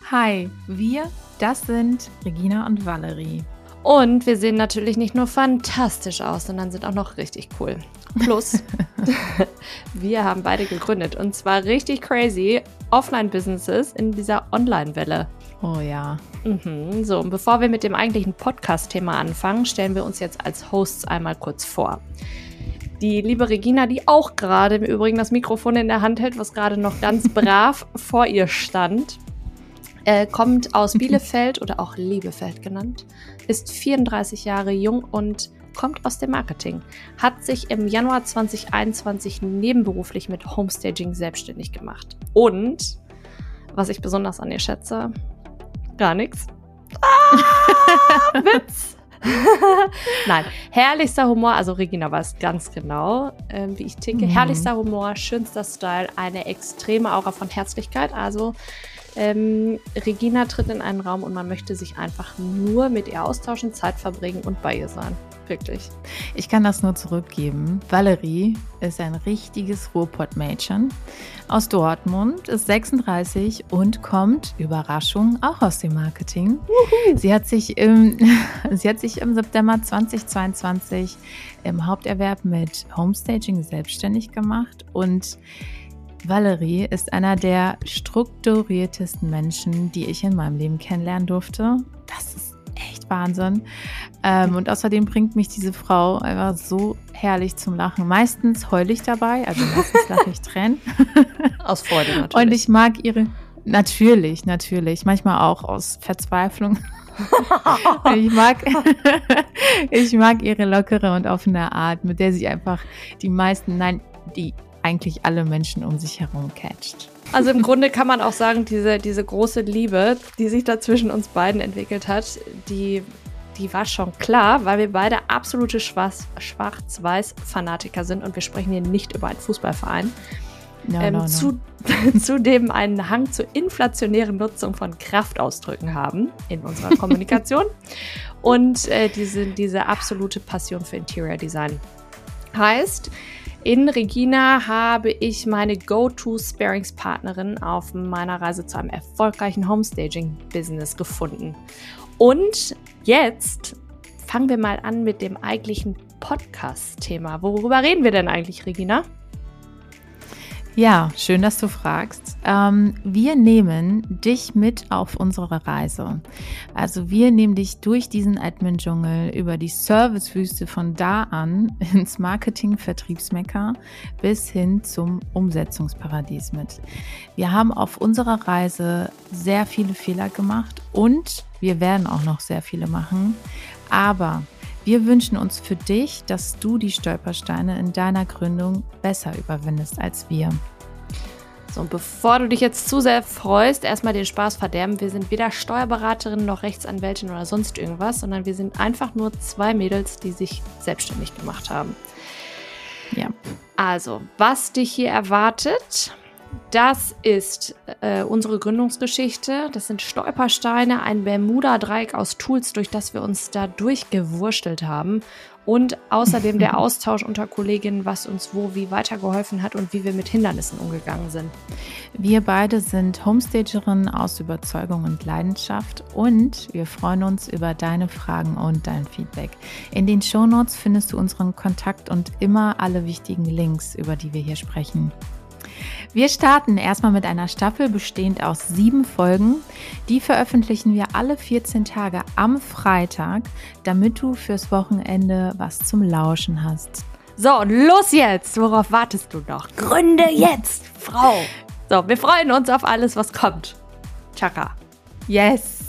Hi, das sind Regina und Valerie. Und wir sehen natürlich nicht nur fantastisch aus, sondern sind auch noch richtig cool. Plus, wir haben beide gegründet und zwar richtig crazy Offline-Businesses in dieser Online-Welle. Oh ja. So, und bevor wir mit dem eigentlichen Podcast-Thema anfangen, stellen wir uns jetzt als Hosts einmal kurz vor. Die liebe Regina, die auch gerade im Übrigen das Mikrofon in der Hand hält, was gerade noch ganz brav vor ihr stand, kommt aus Bielefeld oder auch Liebefeld genannt, ist 34 Jahre jung und kommt aus dem Marketing, hat sich im Januar 2021 nebenberuflich mit Homestaging selbstständig gemacht. Und, was ich besonders an ihr schätze, gar nichts. Witz! Nein, herrlichster Humor, also Regina weiß ganz genau, wie ich ticke. Herrlichster Humor, schönster Style, eine extreme Aura von Herzlichkeit. Also Regina tritt in einen Raum und man möchte sich einfach nur mit ihr austauschen, Zeit verbringen und bei ihr sein. Wirklich. Ich kann das nur zurückgeben. Valerie ist ein richtiges Ruhrpott-Mädchen aus Dortmund, ist 36 und kommt, Überraschung, auch aus dem Marketing. Sie hat sich im September 2022 im Haupterwerb mit Homestaging selbstständig gemacht und Valerie ist einer der strukturiertesten Menschen, die ich in meinem Leben kennenlernen durfte. Das ist echt Wahnsinn. Und außerdem bringt mich diese Frau einfach so herrlich zum Lachen. Meistens heule ich dabei, also meistens lache ich Tränen. Aus Freude natürlich. Und ich mag ihre, natürlich, manchmal auch aus Verzweiflung. Ich mag ihre lockere und offene Art, mit der sie einfach die eigentlich alle Menschen um sich herum catcht. Also im Grunde kann man auch sagen, diese große Liebe, die sich da zwischen uns beiden entwickelt hat, die war schon klar, weil wir beide absolute Schwarz-Weiß-Fanatiker sind und wir sprechen hier nicht über einen Fußballverein. No. Zudem einen Hang zur inflationären Nutzung von Kraftausdrücken haben in unserer Kommunikation und diese absolute Passion für Interior Design. Heißt, in Regina habe ich meine Go-To-Sparingspartnerin auf meiner Reise zu einem erfolgreichen Homestaging-Business gefunden. Und jetzt fangen wir mal an mit dem eigentlichen Podcast-Thema. Worüber reden wir denn eigentlich, Regina? Ja, schön, dass du fragst. Wir nehmen dich mit auf unsere Reise. Also wir nehmen dich durch diesen Admin-Dschungel, über die Servicewüste von da an ins Marketing-Vertriebsmekka bis hin zum Umsetzungsparadies mit. Wir haben auf unserer Reise sehr viele Fehler gemacht und wir werden auch noch sehr viele machen, aber wir wünschen uns für dich, dass du die Stolpersteine in deiner Gründung besser überwindest als wir. So, und bevor du dich jetzt zu sehr freust, erstmal den Spaß verderben. Wir sind weder Steuerberaterin noch Rechtsanwältin oder sonst irgendwas, sondern wir sind einfach nur zwei Mädels, die sich selbstständig gemacht haben. Ja. Also, was dich hier erwartet, das ist unsere Gründungsgeschichte. Das sind Stolpersteine, ein Bermuda-Dreieck aus Tools, durch das wir uns da durchgewurstelt haben. Und außerdem der Austausch unter Kolleginnen, was uns wie weitergeholfen hat und wie wir mit Hindernissen umgegangen sind. Wir beide sind Homestagerinnen aus Überzeugung und Leidenschaft und wir freuen uns über deine Fragen und dein Feedback. In den Shownotes findest du unseren Kontakt und immer alle wichtigen Links, über die wir hier sprechen. Wir starten erstmal mit einer Staffel bestehend aus 7 Folgen. Die veröffentlichen wir alle 14 Tage am Freitag, damit du fürs Wochenende was zum Lauschen hast. So, und los jetzt! Worauf wartest du noch? Gründe jetzt, Frau! So, wir freuen uns auf alles, was kommt. Chaka. Yes!